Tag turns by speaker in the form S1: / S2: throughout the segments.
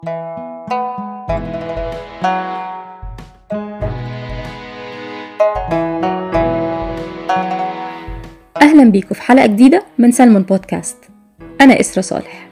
S1: أهلا بيكم في حلقة جديدة من سلمون بودكاست. أنا إسرة صالح.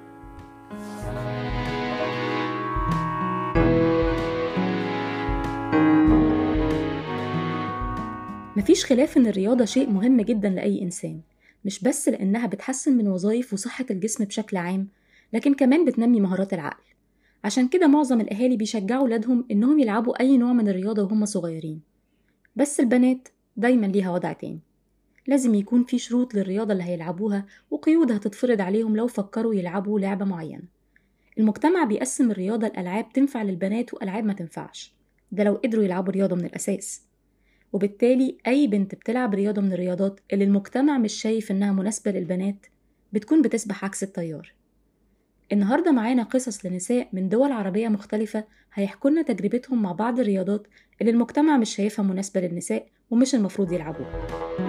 S1: مفيش خلاف إن الرياضة شيء مهم جدا لأي إنسان، مش بس لأنها بتحسن من وظائف وصحة الجسم بشكل عام، لكن كمان بتنمي مهارات العقل. عشان كده معظم الأهالي بيشجعوا ولادهم إنهم يلعبوا أي نوع من الرياضة وهم صغيرين. بس البنات دايما ليها وضع تاني، لازم يكون في شروط للرياضة اللي هيلعبوها وقيود هتتفرض عليهم لو فكروا يلعبوا لعبة معينة. المجتمع بيقسم الرياضة لألعاب تنفع للبنات وألعاب ما تنفعش، ده لو قدروا يلعبوا رياضة من الأساس. وبالتالي أي بنت بتلعب رياضة من الرياضات اللي المجتمع مش شايف إنها مناسبة للبنات بتكون بتسبح عكس التيار. النهاردة معانا قصص لنساء من دول عربية مختلفة هيحكولنا تجربتهم مع بعض الرياضات اللي المجتمع مش شايفها مناسبة للنساء ومش المفروض يلعبوها.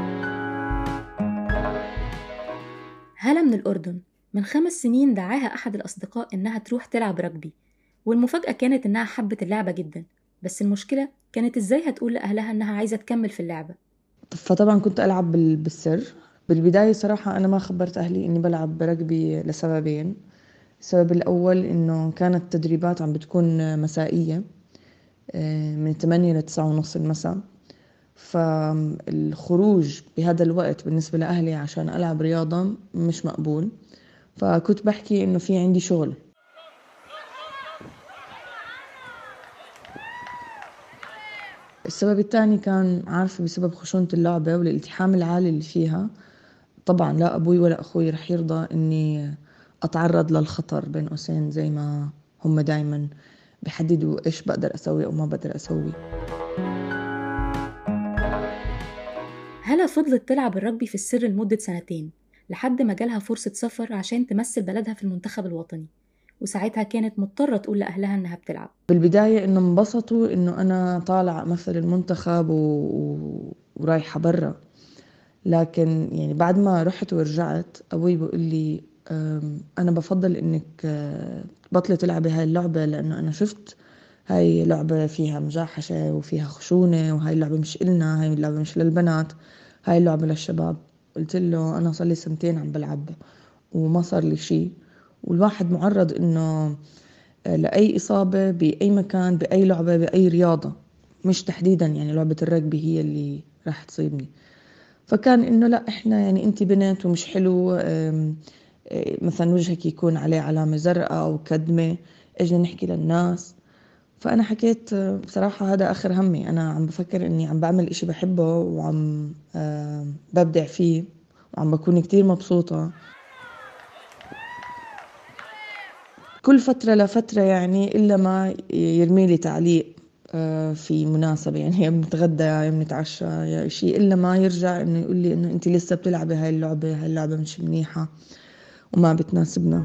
S1: هالة من الأردن من 5 سنين دعاها أحد الأصدقاء إنها تروح تلعب رجبي، والمفاجأة كانت إنها حبت اللعبة جدا، بس المشكلة كانت إزاي هتقول لأهلها إنها عايزة تكمل في اللعبة.
S2: فطبعا كنت ألعب بالسر. بالبداية صراحة أنا ما خبرت أهلي إني بلعب رجبي لسببين. السبب الأول إنه كانت التدريبات عم بتكون مسائية، من 8 ل 9:30 المساء، فالخروج بهذا الوقت بالنسبة لأهلي عشان ألعب رياضة مش مقبول. فكنت بحكي إنه في عندي شغل. السبب الثاني كان عارفة بسبب خشونة اللعبة والالتحام العالي اللي فيها. طبعا لا أبوي ولا أخوي رح يرضى إني أتعرض للخطر بين قوسين، زي ما هم دايما بحددوا إيش بقدر أسوي أو ما بقدر أسوي.
S1: هالة فضلت تلعب الرجبي في السر لمدة 2 لحد ما جالها فرصة سفر عشان تمثل بلدها في المنتخب الوطني، وساعتها كانت مضطرة تقول لأهلها إنها بتلعب.
S2: بالبداية إنه انبسطوا إنه أنا طالعة أمثل المنتخب ورايحة برا، لكن يعني بعد ما رحت ورجعت أبوي بيقول لي أنا بفضل إنك تبطلي تلعبي هاي اللعبة، لأنه أنا شفت هاي لعبة فيها مجاحشة وفيها خشونة، وهاي اللعبة مش إلنا، هاي اللعبة مش للبنات، هاي اللعبة للشباب. قلت له أنا صار لي 2 عم بلعب وما صار لي شي، والواحد معرض إنه لأي إصابة بأي مكان بأي لعبة بأي رياضة، مش تحديدا يعني لعبة الرجبي هي اللي راح تصيبني. فكان إنه لا إحنا يعني أنتي بنت ومش حلو مثلا وجهك يكون عليه علامة زرقاء أو كدمة، إجنا نحكي للناس. فأنا حكيت بصراحة هذا آخر همي، أنا عم بفكر إني عم بعمل إشي بحبه وعم ببدع فيه وعم بكون كتير مبسوطة. كل فترة لفترة يعني إلا ما يرميلي تعليق في مناسبة، يعني يوم نتغدى يوم نتعشى يا شيء، إلا ما يرجع إنه يقول لي إنه أنت لسه بتلعبي هاي اللعبة، هاي اللعبة مش منيحة وما بتناسبنا.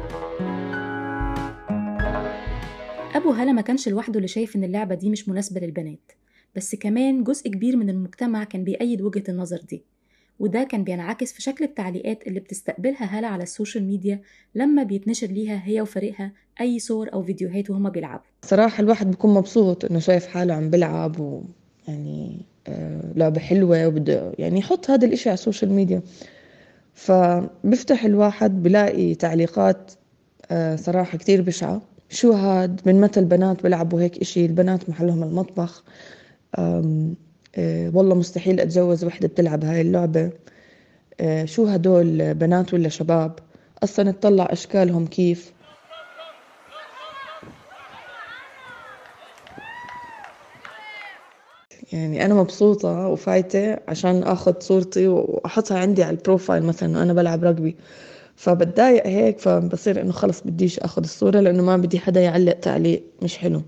S1: أبو هالة ما كانش لوحده اللي شايف إن اللعبة دي مش مناسبة للبنات، بس كمان جزء كبير من المجتمع كان بيأيد وجهة النظر دي، وده كان بينعكس في شكل التعليقات اللي بتستقبلها هالة على السوشيال ميديا لما بيتنشر ليها هي وفريقها أي صور أو فيديوهات وهما بيلعبوا.
S2: صراحة الواحد بيكون مبسوط إنه شايف حاله عم بلعب ويعني لعبة حلوة وبده يعني يحط هذا الإشي على السوشيال ميديا. فبفتح الواحد بلاقي تعليقات صراحة كتير بشعة. شو هاد؟ من متى البنات بلعبوا هيك إشي؟ البنات محلهم المطبخ. والله مستحيل أتجوز وحدة بتلعب هاي اللعبة. شو هدول بنات ولا شباب؟ أصلا تطلع أشكالهم كيف. يعني أنا مبسوطة وفايتة عشان أخذ صورتي وأحطها عندي على البروفايل مثلا وأنا بلعب رجبي، فبتضايق هيك، فبصير إنه خلص بديش أخذ الصورة لأنه ما بدي حدا يعلق تعليق مش حلو.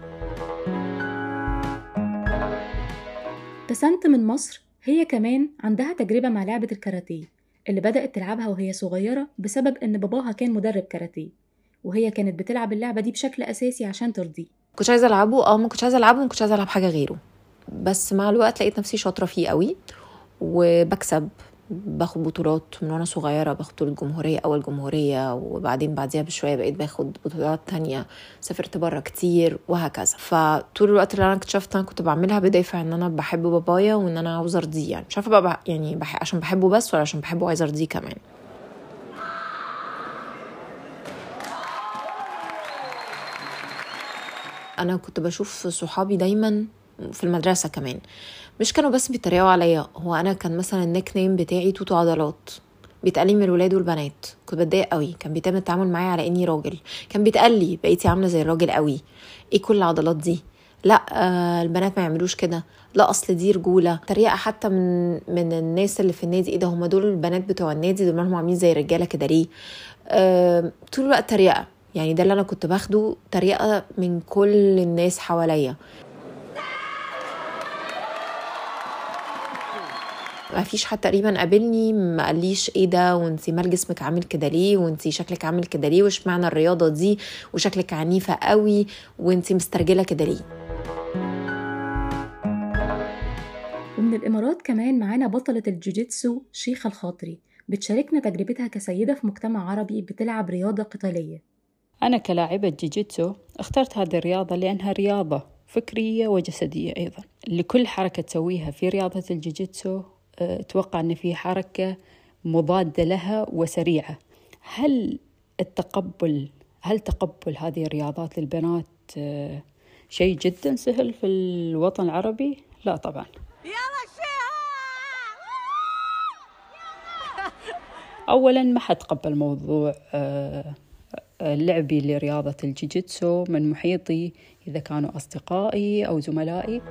S1: بسنت من مصر هي كمان عندها تجربة مع لعبة الكاراتيه اللي بدأت تلعبها وهي صغيرة بسبب إن باباها كان مدرب كاراتيه، وهي كانت بتلعب اللعبة دي بشكل أساسي عشان ترضيه.
S3: كنتش عايزه العبه، ما كنتش عايزه العبه، ما كنتش عايزه العب حاجه غيره، بس مع الوقت لقيت نفسي شاطره فيه قوي وبكسب باخد بطولات من وانا صغيرة، باخد بطولة جمهورية، اول جمهورية، وبعدين بعديها بشوية بقيت باخد بطولات تانية، سافرت برا كتير وهكذا. فطول الوقت اللي انا اكتشفت انا كنت بعملها بدافع ان انا بحب بابايا وان انا عاوزة ارضيه. يعني مش عارفة بقى يعني عشان بحبه بس ولا عشان بحبه وعايزة ارضيه كمان. انا كنت بشوف صحابي دايما في المدرسة كمان مش كانوا بس بيتريقوا عليا، هو انا كان مثلا النيك نيم بتاعي توتو عضلات، بيتقال من الولاد والبنات. كنت بتضايق قوي، كان بيتم التعامل معايا على اني راجل، كان بيتقال لي بقيتي عامله زي الراجل قوي، ايه كل العضلات دي، لا البنات ما يعملوش كده، لا اصل دي رجوله. تريقه حتى من الناس اللي في النادي، ايه ده هم دول البنات بتوع النادي دول هم عاملين زي الرجاله كده ليه. طول الوقت تريقه، يعني ده اللي انا كنت باخده، تريقه من كل الناس حواليا. ما فيش حد تقريبا قابلني ما قاليش ايه ده، وانتي مال جسمك عامل كده ليه، وانتي شكلك عامل كده ليه، وش معنى الرياضه دي، وشكلك عنيفه قوي، وانتي مسترجله كده ليه.
S1: ومن الإمارات كمان معانا بطلة الجوجيتسو شيخة الخاطري، بتشاركنا تجربتها كسيدة في مجتمع عربي بتلعب رياضة قتالية.
S4: أنا كلاعبة جيجيتسو اخترت هذه الرياضة لأنها رياضة فكرية وجسدية أيضا. لكل حركة تسويها في رياضة الجيجيتسو أتوقع أن في حركة مضادة لها وسريعة. هل تقبل هذه الرياضات للبنات شيء جدا سهل في الوطن العربي؟ لا طبعا. أولا ما حد قبل موضوع لعبي لرياضة الجيجيتسو من محيطي، إذا كانوا أصدقائي أو زملائي.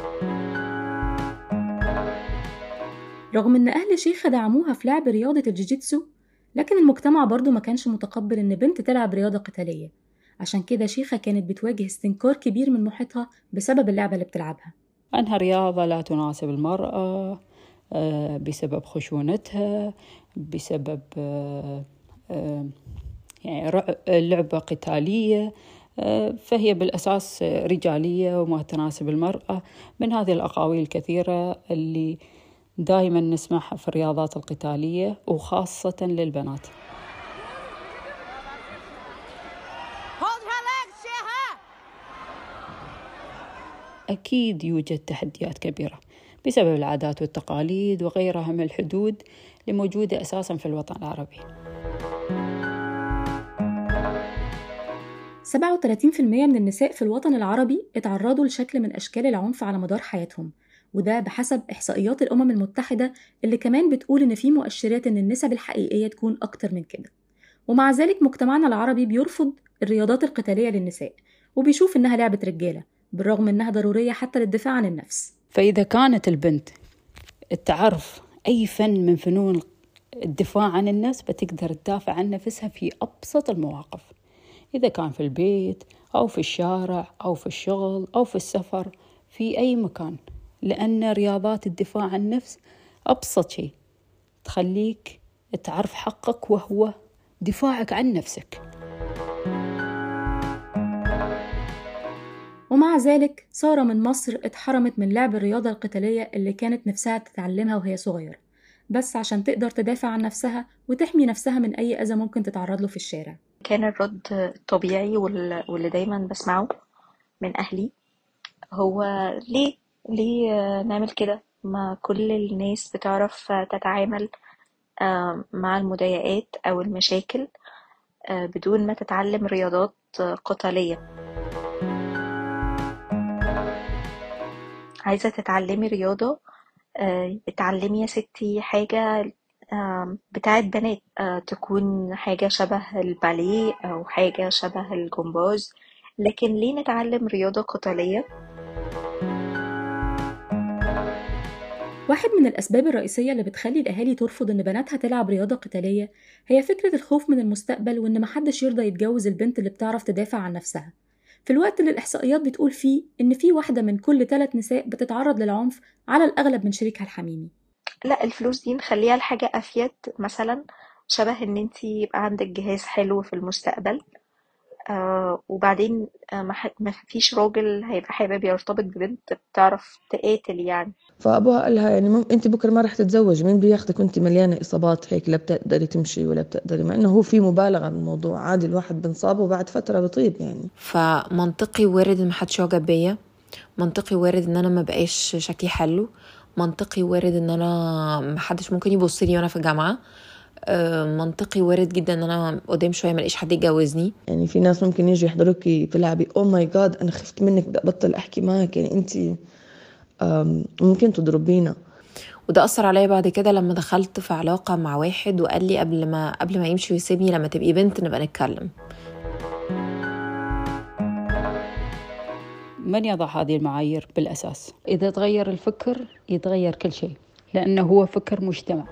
S1: رغم إن أهل شيخة دعموها في لعب رياضة الجيجيتسو، لكن المجتمع برضو ما كانش متقبل إن بنت تلعب رياضة قتالية. عشان كده شيخة كانت بتواجه استنكار كبير من محيطها بسبب اللعبة اللي بتلعبها،
S4: أنها رياضة لا تناسب المرأة بسبب خشونتها، بسبب يعني لعبة قتالية، فهي بالأساس رجالية وما تناسب المرأة. من هذه الأقاويل الكثيرة اللي دائما نسمعها في الرياضات القتالية وخاصة للبنات. أكيد يوجد تحديات كبيرة بسبب العادات والتقاليد وغيرها من الحدود اللي موجودة أساساً في الوطن العربي.
S1: 37% من النساء في الوطن العربي اتعرضوا لشكل من أشكال العنف على مدار حياتهم، وده بحسب إحصائيات الأمم المتحدة اللي كمان بتقول إن في مؤشرات إن النسب الحقيقية تكون أكتر من كده. ومع ذلك مجتمعنا العربي بيرفض الرياضات القتالية للنساء، وبيشوف إنها لعبة رجالة بالرغم إنها ضرورية حتى للدفاع عن النفس.
S4: فإذا كانت البنت تعرف أي فن من فنون الدفاع عن النفس بتقدر تدافع عن نفسها في أبسط المواقف، إذا كان في البيت أو في الشارع أو في الشغل أو في السفر، في أي مكان. لأن رياضات الدفاع عن النفس أبسط شيء تخليك تعرف حقك، وهو دفاعك عن نفسك.
S1: ومع ذلك سارة من مصر اتحرمت من لعب الرياضة القتالية اللي كانت نفسها تتعلمها وهي صغيرة، بس عشان تقدر تدافع عن نفسها وتحمي نفسها من أي أذى ممكن تتعرض له في الشارع.
S5: كان الرد الطبيعي واللي دايما بسمعه من أهلي هو ليه نعمل كده؟ ما كل الناس بتعرف تتعامل مع المضايقات أو المشاكل بدون ما تتعلم رياضات قتالية. عايزة تتعلمي رياضة، اتعلمي يا ستي حاجة بتاعت بنات، تكون حاجة شبه الباليه أو حاجة شبه الجمباز، لكن ليه نتعلم رياضة قتالية؟
S1: واحد من الأسباب الرئيسية اللي بتخلي الأهالي ترفض إن بناتها تلعب رياضة قتالية هي فكرة الخوف من المستقبل، وإن محدش يرضى يتجوز البنت اللي بتعرف تدافع عن نفسها، في الوقت اللي الإحصائيات بتقول فيه إن في واحدة من كل 3 نساء بتتعرض للعنف على الأغلب من شريكها الحميمي.
S5: لا، الفلوس دي نخليها لحاجة أفيد، مثلا شبه إن انتي يبقى عندك جهاز حلو في المستقبل، وبعدين ما فيش راجل هيبقى حابب يرتبط ببنت بتعرف تقاتل يعني.
S2: فأبوها قالها يعني أنت بكرة ما رح تتزوج، مين بياخدك وأنت مليانة إصابات هيك، لا بتقدري تمشي ولا بتقدري، مع إنه هو في مبالغة بالموضوع، عادي الواحد بنصاب وبعد فترة بطيب يعني.
S3: فمنطقي وارد ان محدش يعجب بيا، منطقي وارد ان انا ما بقاش شكلي حلو، منطقي وارد ان انا محدش ممكن يبص لي وانا في الجامعه، منطقي وارد جدا ان انا قدام شويه ما الاقيش حد يتجوزني.
S2: يعني في ناس ممكن يجي يحضروكي في لعبي او ماي جاد انا خفت منك بدي ابطل احكي معك، يعني انت ممكن تضربينا.
S3: وده اثر عليا بعد كده لما دخلت في علاقه مع واحد وقال لي قبل ما يمشي ويسيبني لما تبقي بنت نبقى نتكلم.
S4: من يضع هذه المعايير بالأساس؟ إذا تغير الفكر يتغير كل شيء، لأنه هو فكر مجتمع.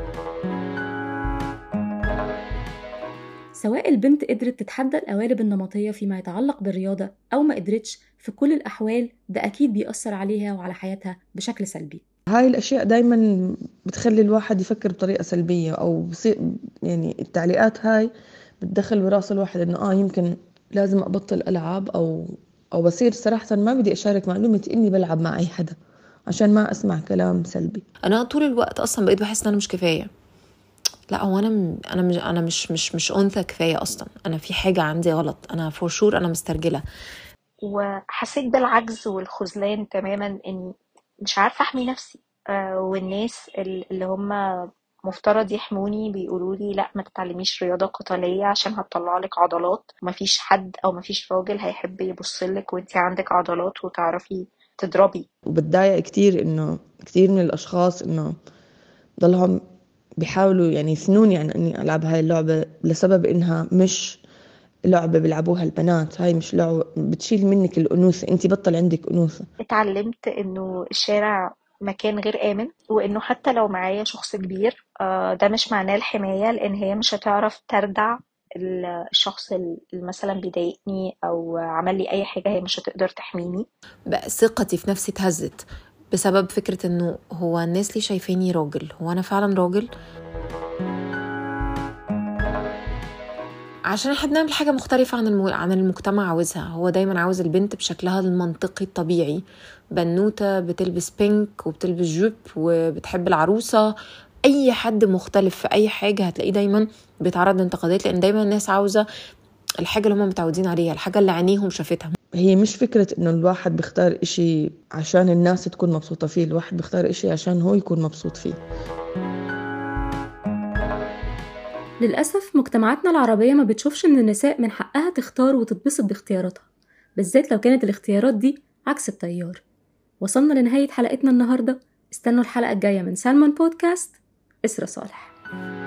S1: سواء البنت قدرت تتحدى القوالب النمطية فيما يتعلق بالرياضة أو ما قدرتش، في كل الأحوال ده أكيد بيأثر عليها وعلى حياتها بشكل سلبي.
S2: هاي الاشياء دايما بتخلي الواحد يفكر بطريقة سلبية، او بصير يعني التعليقات هاي بتدخل براس الواحد انه يمكن لازم ابطل العاب، او بصير صراحة ما بدي اشارك معلومة اني بلعب مع اي حدا عشان ما اسمع كلام سلبي.
S3: انا طول الوقت اصلا بقيت بحس ان انا مش كفايه. لا هو انا مش انثى كفايه اصلا، انا في حاجه عندي غلط، انا فور شور انا مسترجله.
S5: وحسيت بالعجز والخذلان تماما اني مش عارفة احمي نفسي. والناس اللي هم مفترض يحموني بيقولوا لي لا ما تتعلميش رياضة قتالية عشان هتطلع لك عضلات، مفيش حد او مفيش راجل هيحب يبصلك وانتي عندك عضلات وتعرفي تضربي.
S2: وبتضايق كتير انه كتير من الاشخاص انه ضلهم بيحاولوا يعني يثنوني عن اني العب هاي اللعبة لسبب انها مش لعبة بيلعبوها البنات، هاي مش لعبة بتشيل منك الأنوثة، انتي بطل عندك أنوثة.
S5: اتعلمت انه الشارع مكان غير آمن، وانه حتى لو معايا شخص كبير ده مش معناه الحماية، لان هي مش هتعرف تردع الشخص اللي مثلا بيضايقني او عمل لي اي حاجة، هي مش هتقدر تحميني.
S3: بقى ثقتي في نفسي اتهزت بسبب فكره انه هو الناس ليه شايفيني راجل، هو انا فعلا راجل؟ عشان احنا بنعمل حاجه مختلفه عن المجتمع عاوزها. هو دايما عاوز البنت بشكلها المنطقي الطبيعي، بنوته بتلبس بينك وبتلبس جوب وبتحب العروسه. اي حد مختلف في اي حاجه هتلاقيه دايما بيتعرض لانتقادات، لان دايما الناس عاوزه الحاجه اللي هم متعودين عليها، الحاجه اللي عينيهم شافتها.
S2: هي مش فكرة انه الواحد بيختار اشي عشان الناس تكون مبسوطة فيه، الواحد بيختار اشي عشان هو يكون مبسوط فيه.
S1: للأسف مجتمعاتنا العربية ما بتشوفش إن النساء من حقها تختار وتتبسط باختياراتها، بالذات لو كانت الاختيارات دي عكس التيار. وصلنا لنهاية حلقتنا النهاردة، استنوا الحلقة الجاية من سالمون بودكاست. إسرا صالح.